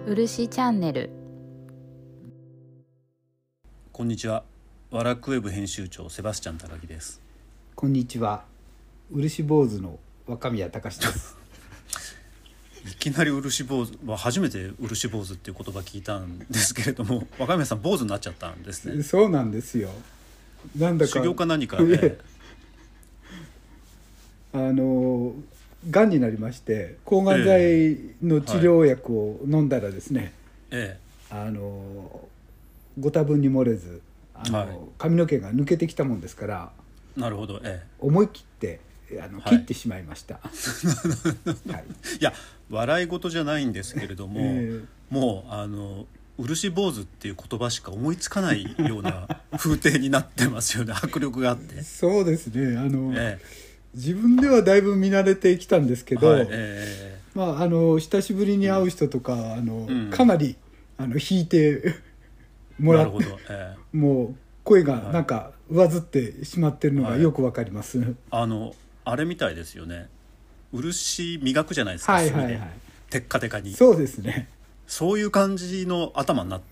漆チャンネル。 こんにちは。ワラクウェブ編集長セバスチャン高木です。 こんにちは。漆坊主の若宮隆です。 いきなり漆坊主、初めて漆坊主っていう言葉聞いたんですけれども、若宮さん坊主になっちゃったんですね。 そうなんですよ。なんだか修行か何か、 がんになりまして抗がん剤の治療薬を飲んだらですね、ご多分に漏れず髪の毛が抜けてきたもんですから、 なるほど、 思い切って切ってしまいました。 いや笑い事じゃないんですけれども、もう漆坊主っていう言葉しか思いつかないような風景になってますよね。迫力があってそうですね。自分ではだいぶ見慣れてきたんですけど、久しぶりに会う人とか、かなり引いてもらって、もう声がなんか上ずってしまってるのがよくわかります。 あれみたいですよね。漆磨くじゃないですか。テッカテカに。 そうですね。 そういう感じの頭になって、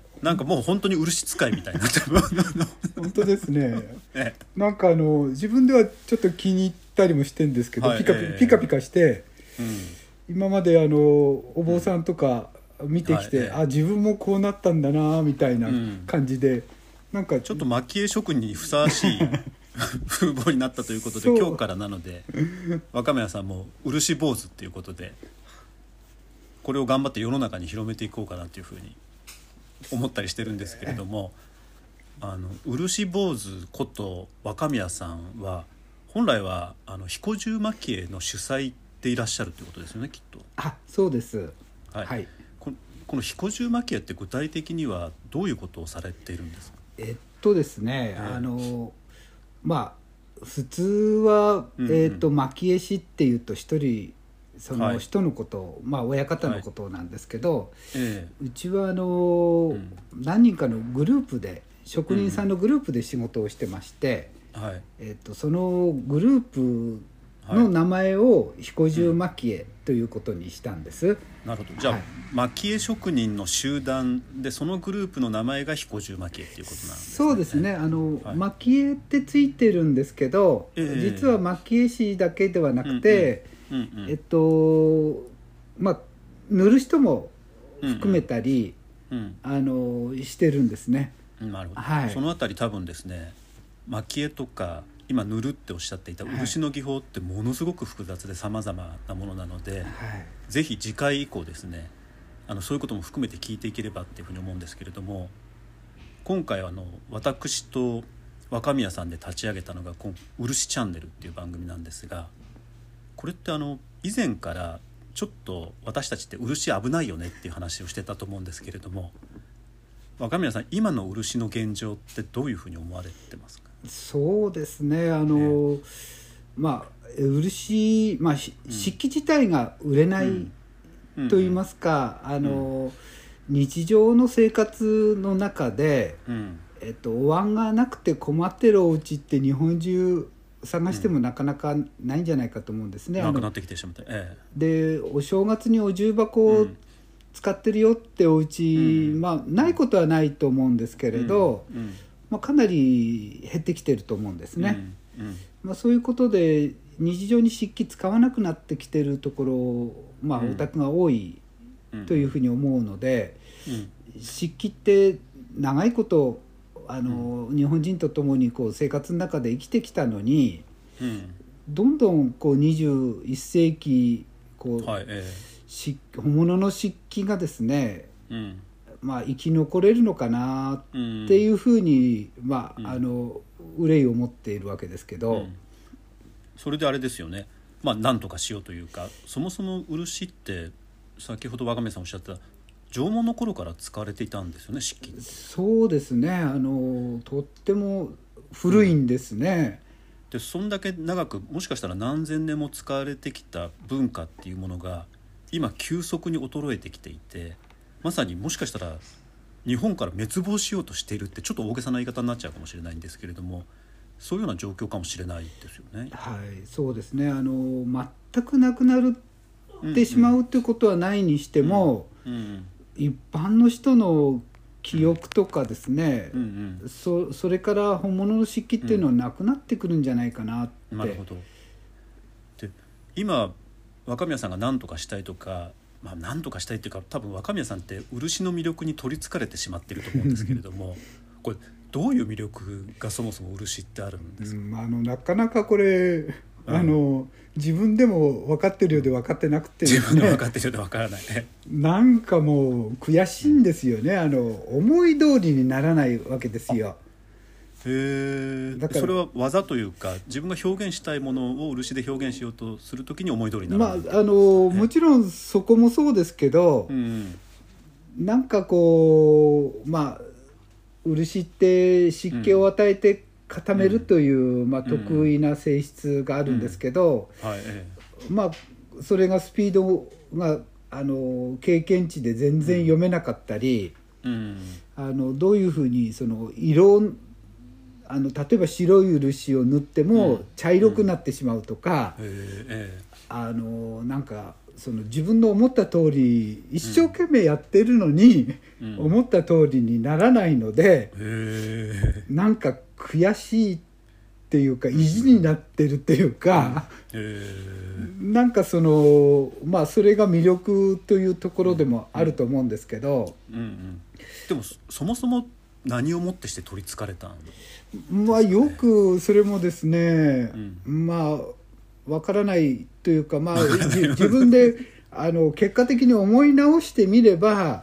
なんかもう本当に漆使いみたいになって本当ですね。なんか自分ではちょっと気に入ったりもしてるんですけど、ピカピカして、今までお坊さんとか見てきて、自分もこうなったんだなみたいな感じで、なんかちょっと蒔絵職人にふさわしい風貌になったということで、今日からなので若宮さんも漆坊主っていうことで、これを頑張って世の中に広めていこうかなというふうに思ったりしてるんですけれども、漆坊主こと若宮さんは本来は彦十蒔絵の主催でいらっしゃるということですよね、きっと。 そうです。 この彦十蒔絵って具体的にはどういうことをされているんですか？ ですね、普通は、蒔絵師っていうと一人その人のことを、親方のことなんですけど、うちは何人かのグループで、職人さんのグループで仕事をしてまして、そのグループの名前を彦十蒔絵ということにしたんです。 なるほど。じゃあ、蒔絵職人の集団で、そのグループの名前が彦十蒔絵っていうことなんですね。 そうですね。蒔絵ってついてるんですけど、実は蒔絵師だけではなくて、塗る人も含めたり、してるんですね。 なるほど。そのあたり多分ですね、蒔絵とか今塗るっておっしゃっていた漆の技法ってものすごく複雑で様々なものなので、ぜひ次回以降ですね、そういうことも含めて聞いていければっていうふうに思うんですけれども、今回は私と若宮さんで立ち上げたのが漆チャンネルっていう番組なんですが、これって以前からちょっと私たちって漆危ないよねっていう話をしてたと思うんですけれども、若宮さん、今の漆の現状ってどういうふうに思われてますか？ そうですね。漆、漆器自体が売れないといいますか、日常の生活の中で、お椀がなくて困ってるお家って日本中探してもなかなかないんじゃないかと思うんですね。 なくなってきてしまって、 でお正月にお重箱を使ってるよってお家、ないことはないと思うんですけれど、かなり減ってきてると思うんですね。そういうことで日常に漆器使わなくなってきてるところ、お宅が多いというふうに思うので、漆器って長いこと日本人と共に生活の中で生きてきたのに、どんどん21世紀本物の漆器がですね、生き残れるのかなっていうふうに憂いを持っているわけですけど、 それであれですよね、何とかしようというか、そもそも漆って先ほど若宮さんおっしゃった縄文の頃から使われていたんですよね、漆器って。 そうですね。とっても古いんですね。 でそんだけ長く、もしかしたら何千年も使われてきた文化っていうものが今急速に衰えてきていて、まさにもしかしたら日本から滅亡しようとしているってちょっと大げさな言い方になっちゃうかもしれないんですけれども、そういうような状況かもしれないですよね。 そうですね。全くなくなってしまうということはないにしても、 一般の人の記憶とかですね、それから本物の漆器っていうのはなくなってくるんじゃないかなって。 なるほど。で今若宮さんが何とかしたいとか、何とかしたいっていうか、多分若宮さんって漆の魅力に取りつかれてしまっていると思うんですけれどもこれどういう魅力がそもそも漆ってあるんですか？ なかなかこれ自分でも分かってるようで分かってなくてですね、 自分でも分かってるようで分からないなんかもう悔しいんですよね、思い通りにならないわけですよ。 だからそれは技というか、自分が表現したいものを漆で表現しようとするときに思い通りになる、 もちろんそこもそうですけど、なんかこう漆って湿気を与えて固めるという、得意な性質があるんですけど、それがスピードが経験値で全然読めなかったり、どういうふうにその色例えば白い漆を塗っても茶色くなってしまうとか、なんかその自分の思った通り一生懸命やってるのに、思った通りにならないので、なんか悔しいっていうか意地になってるっていうか、なんかそのそれが魅力というところでもあると思うんですけど、 でもそもそも何をもってして取りつかれたんですかね？ よくそれもですね、わからないというか、自分で結果的に思い直してみれば、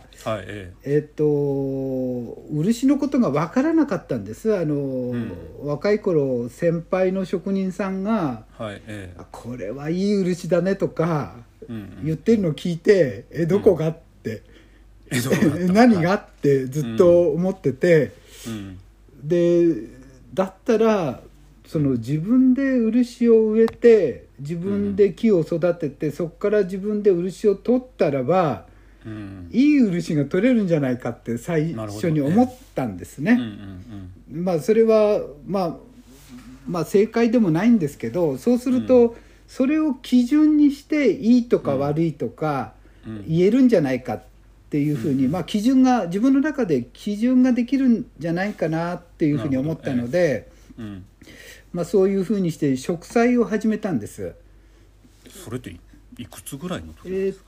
漆のことが分からなかったんです。若い頃先輩の職人さんが、これはいい漆だねとか言ってるのを聞いて、どこがって、何がってずっと思ってて、でだったらその自分で漆を植えて自分で木を育てて、そこから自分で漆を取ったらば、いい漆が取れるんじゃないかって最初に思ったんですね。それは正解でもないんですけど、そうするとそれを基準にしていいとか悪いとか言えるんじゃないかっていうふうに、基準が自分の中で基準ができるんじゃないかなっていうふうに思ったので、そういうふうにして植栽を始めたんです。 それっていくつぐらいの時ですか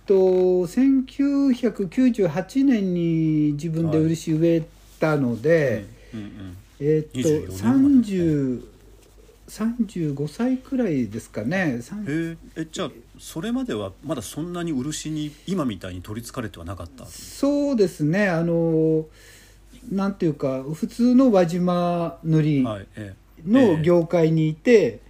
？1998年に自分で漆植えたので、35歳くらいですかね。 じゃあそれまではまだそんなに漆に今みたいに取りつかれてはなかった？ そうですね、なんていうか普通の輪島塗りの業界にいて、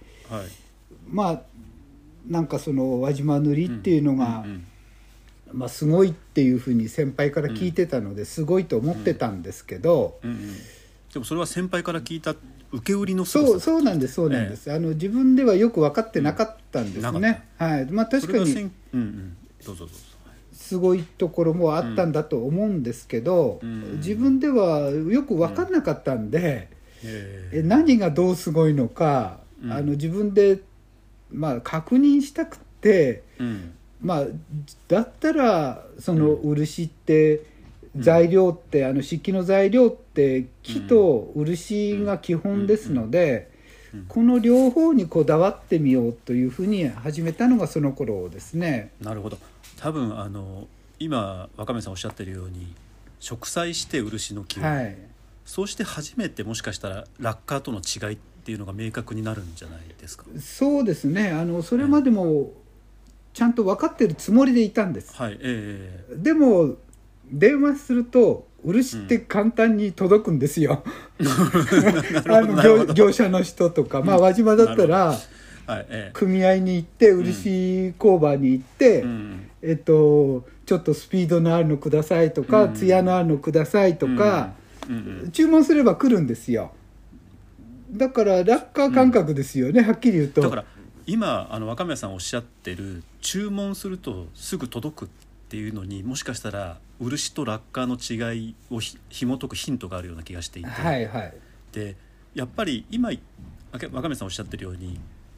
なんかその輪島塗りっていうのが、すごいっていうふうに先輩から聞いてたので、すごいと思ってたんですけど、 でもそれは先輩から聞いた受け売りのそうなんです。自分ではよく分かってなかったんですね。確かにすごいところもあったんだと思うんですけど、自分ではよく分かんなかったんで、何がどうすごいのか、自分で確認したくて、だったらその漆って材料って、漆器の材料って木と漆が基本ですので、この両方にこだわってみようというふうに始めたのがその頃ですね。 なるほど。多分今若宮さんおっしゃってるように植栽して漆の木を、そうして初めてもしかしたらラッカーとの違いっていうのが明確になるんじゃないですか？ そうですね、それまでもちゃんと分かってるつもりでいたんです。でも電話すると漆って簡単に届くんですよ。業者の人とか、輪島だったら組合に行って漆工場に行って、ちょっとスピードのあるのくださいとか、艶のあるのくださいとか、注文すれば来るんですよ。だからラッカー感覚ですよね、はっきり言うと。 だから今若宮さんおっしゃってる注文するとすぐ届くっていうのに、もしかしたら漆とラッカーの違いを紐解くヒントがあるような気がしていて、でやっぱり今若宮さんおっしゃってるように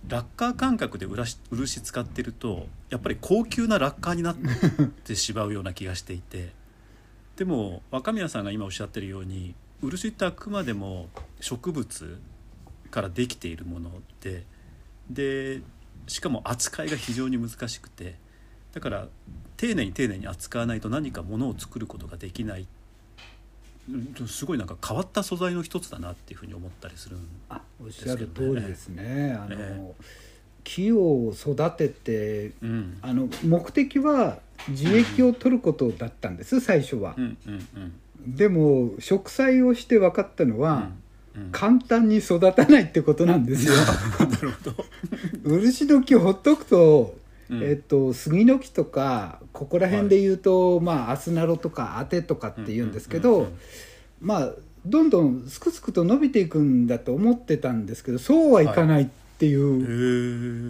ラッカー感覚で漆使ってるとやっぱり高級なラッカーになってしまうような気がしていてでも若宮さんが今おっしゃってるように漆ってあくまでも植物からできているものでしかも扱いが非常に難しくてだから丁寧に扱わないと何かものを作ることができないすごいなんか変わった素材の一つだなっていうふうに思ったりするんですけどね。 おっしゃる通りですね。木を育てて、目的は樹液を取ることだったんです、最初は。でも植栽をして分かったのは、簡単に育たないってことなんですよ。 なるほど。 漆の木をほっとくと、杉の木とかここら辺で言うと、アスナロとかアテとかって言うんですけど、どんどんすくすくと伸びていくんだと思ってたんですけど、そうはいかないっていう、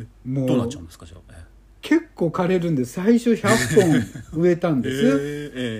もうどうなっちゃうんですかじゃあ。 結構枯れるんです。最初100本植えたんです、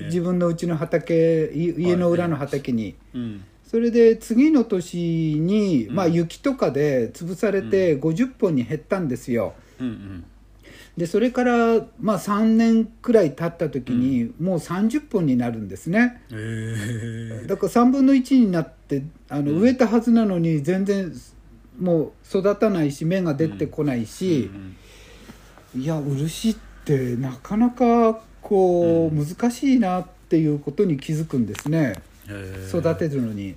自分のうちの畑、家の裏の畑に、それで次の年に、雪とかで潰されて50本に減ったんですよ。でそれから3年くらい経った時に、もう30本になるんですね。だから3分の1になって植えたはずなのに全然もう育たないし芽が出てこないし、いや漆ってなかなかこう難しいなっていうことに気づくんですね、育てるのに。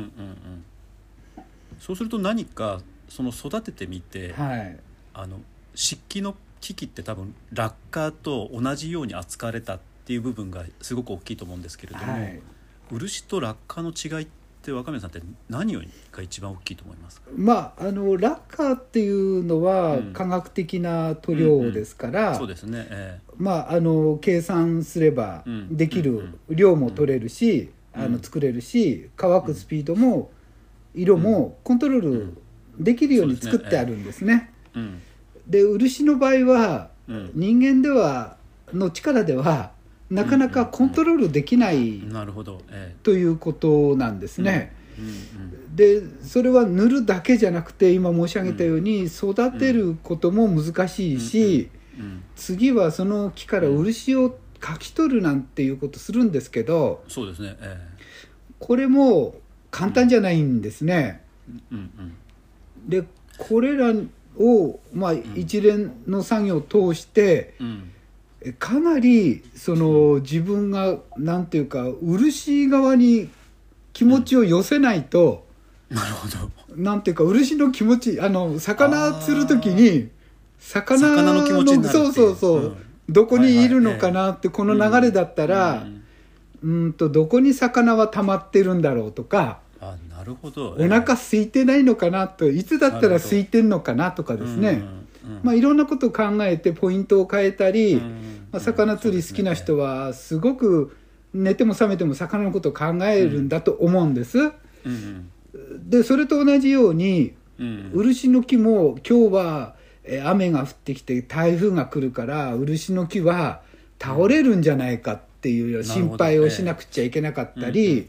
そうすると何かその育ててみて、漆器の機器って多分ラッカーと同じように扱われたっていう部分がすごく大きいと思うんですけれども、漆とラッカーの違いって若宮さんって何が一番大きいと思いますか？ ラッカーっていうのは科学的な塗料ですから、 そうですね、 計算すればできる量も取れるし、作れるし、乾くスピードも色もコントロールできるように作ってあるんですね。で漆の場合は、人間の力ではなかなかコントロールできないということなんですね。でそれは塗るだけじゃなくて、今申し上げたように育てることも難しいし、次はその木から漆をかき取るなんていうことするんですけど、 そうですね、 これも簡単じゃないんですね。でこれらを、一連の作業を通して、かなり自分がなんていうか漆側に気持ちを寄せないと、 なるほど。 なんていうか漆の気持ち、魚釣る時に魚の気持ちになるっていう、そうどこにいるのかなって、この流れだったら、どこに魚は溜まってるんだろうとか、 なるほど、 お腹空いてないのかなと、いつだったら空いてんのかなとかですね、いろんなことを考えてポイントを変えたり、魚釣り好きな人はすごく寝ても覚めても魚のことを考えるんだと思うんです。でそれと同じように、漆の木も今日は雨が降ってきて台風が来るから漆の木は倒れるんじゃないかっていう心配をしなくちゃいけなかったり、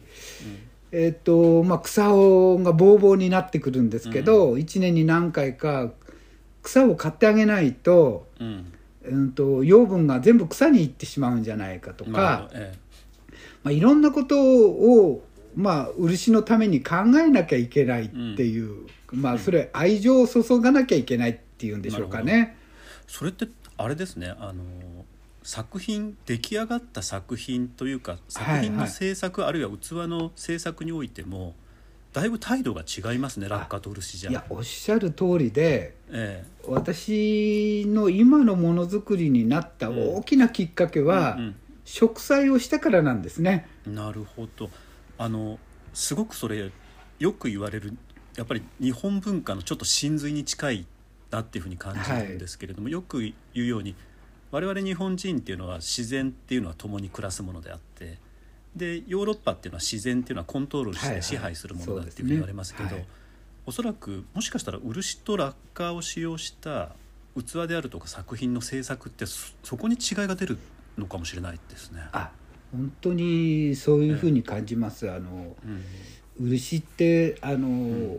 草がボーボーになってくるんですけど、1年に何回か草を買ってあげないと、養分が全部草に行ってしまうんじゃないかとか、いろんなことを、漆のために考えなきゃいけないっていう、それ愛情を注がなきゃいけないっていうんでしょうかね。 それってあれですね、作品、出来上がった作品というか作品の制作、あるいは器の制作においてもだいぶ態度が違いますね、ラッカーと漆じゃ。 いやおっしゃる通りで、私の今のものづくりになった大きなきっかけは、植栽をしたからなんですね。 なるほど。すごくそれよく言われる、やっぱり日本文化のちょっと真髄に近いなっていうふうに感じるんですけれども、よく言うように我々日本人っていうのは自然っていうのは共に暮らすものであって、でヨーロッパっていうのは自然っていうのはコントロールして支配するものだっていうふうに言われますけど、おそらくもしかしたら漆とラッカーを使用した器であるとか作品の制作ってそこに違いが出るのかもしれないですね。 本当にそういうふうに感じます。漆って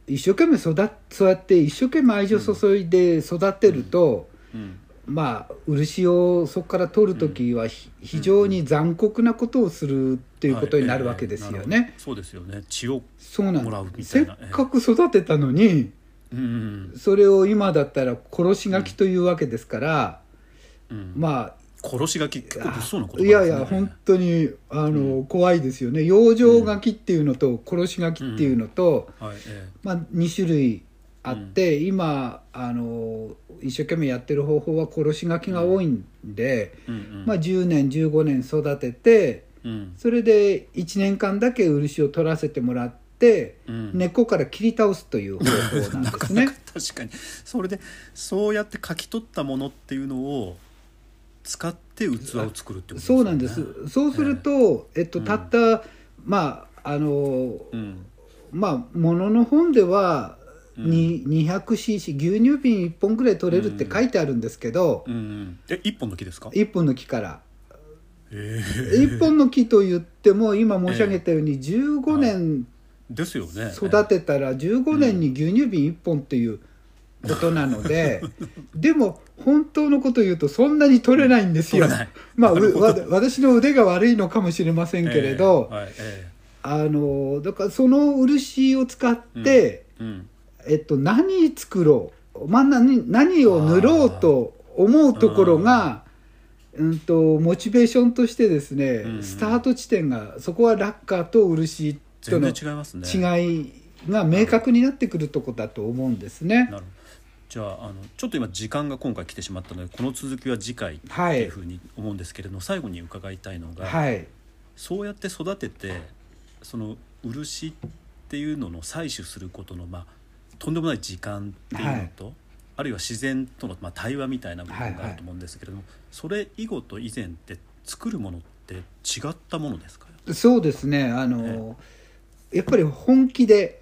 一生懸命そうやって一生懸命愛情注いで育てると、まあ漆をそこから取る時は非常に残酷なことをするっていうことになるわけですよね。 そうですよね。血をそうなんもらうみたせっいな。 かく育てたのに、それを今だったら殺し書きというわけですから、まあ殺し書き結構物騒な言葉ですね。 いやいや本当に怖いですよね。養生書きっていうのと殺し書きっていうのと、まあ、2種類あって、今一生懸命やってる方法は殺し書きが多いんで、まあ、10年15年育てて、それで1年間だけ漆を取らせてもらって、根っこから切り倒すという方法なんですね。 なかなか確かにそれでそうやって書き取ったものっていうのを使って器を作るってことですね。 そうなんです。そうすると、たったまあまあものの本では200cc 牛乳瓶1本ぐらい取れるって書いてあるんですけど、 1本の木ですか ？1本の木から、1本の木と言っても今申し上げたように15年ですよね。 育てたら15年に牛乳瓶1本っていうことなので、でも本当のこと言うとそんなに取れないんですよ。まあ私の腕が悪いのかもしれませんけれど、だからその漆を使って、何作ろう、何を塗ろうと思うところが、モチベーションとしてですね、スタート地点がそこはラッカーと漆との違いが明確になってくるところだと思うんですね。 じゃあちょっと今時間が今回来てしまったのでこの続きは次回っていうふうに思うんですけれども、最後に伺いたいのが、そうやって育ててその漆っていうのの採取することの、とんでもない時間っていうのと、あるいは自然との、対話みたいな部分があると思うんですけれども、それ以後と以前って作るものって違ったものですか？ そうですね、やっぱり本気で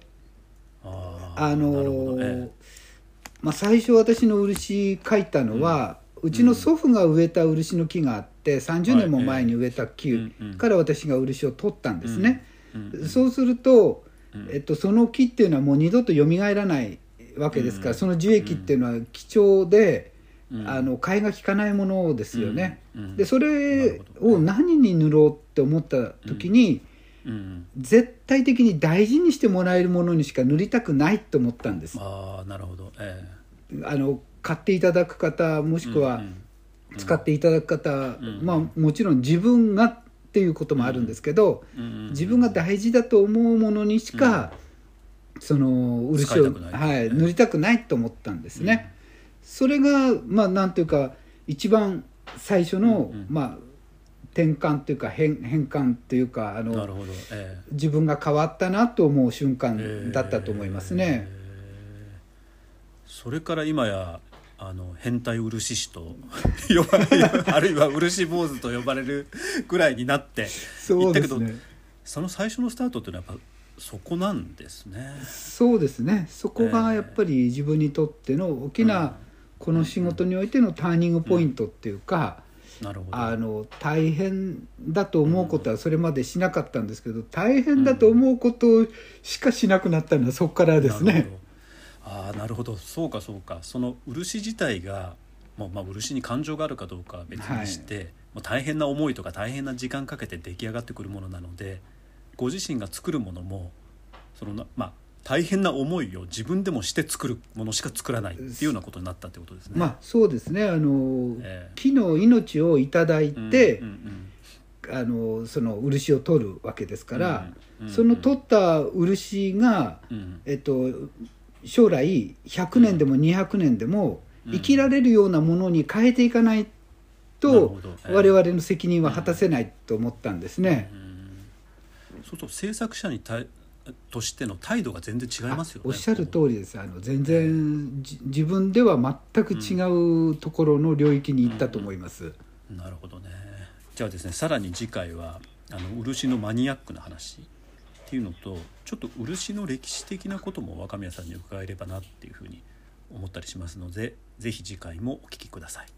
最初私の漆描いたのは、うちの祖父が植えた漆の木があって30年も前に植えた木から私が漆を取ったんですね。そうすると、その木っていうのはもう二度と蘇らないわけですから、その樹液っていうのは貴重で、替えが利かないものですよね。でそれを何に塗ろうって思った時に、絶対的に大事にしてもらえるものにしか塗りたくないと思ったんです。 なるほど。 買っていただく方もしくは使っていただく方、もちろん自分がっていうこともあるんですけど、自分が大事だと思うものにしか、その漆を、塗りたくないと思ったんですね。それがなんていうか一番最初の、転換というか変換というか自分が変わったなと思う瞬間だったと思いますね。 それから今や変態漆師と呼ばれるあるいは漆坊主と呼ばれるぐらいになっていったけど、その最初のスタートっていうのはやっぱそこなんですね。 そうですね。そこがやっぱり自分にとっての大きなこの仕事においてのターニングポイントっていうか、大変だと思うことはそれまでしなかったんですけど、大変だと思うことしかしなくなったのはそこからですね。 なるほど。そうかそうか。その漆自体が漆に感情があるかどうかは別にして、もう大変な思いとか大変な時間かけて出来上がってくるものなので、ご自身が作るものもその大変な思いを自分でもして作るものしか作らないっていうようなことになったってことですね。 そうですね。木の命をいただいて、その漆を取るわけですから、その取った漆が、将来100年でも200年でも生きられるようなものに変えていかないと、我々の責任は果たせないと思ったんですね。 そうすると制作者としての態度が全然違いますよね。 おっしゃる通りです。全然自分では全く違うところの領域に行ったと思います。 なるほどね。じゃあですね、さらに次回は漆のマニアックな話っていうのと、ちょっと漆の歴史的なことも若宮さんに伺えればなっていうふうに思ったりしますので、ぜひ次回もお聞きください。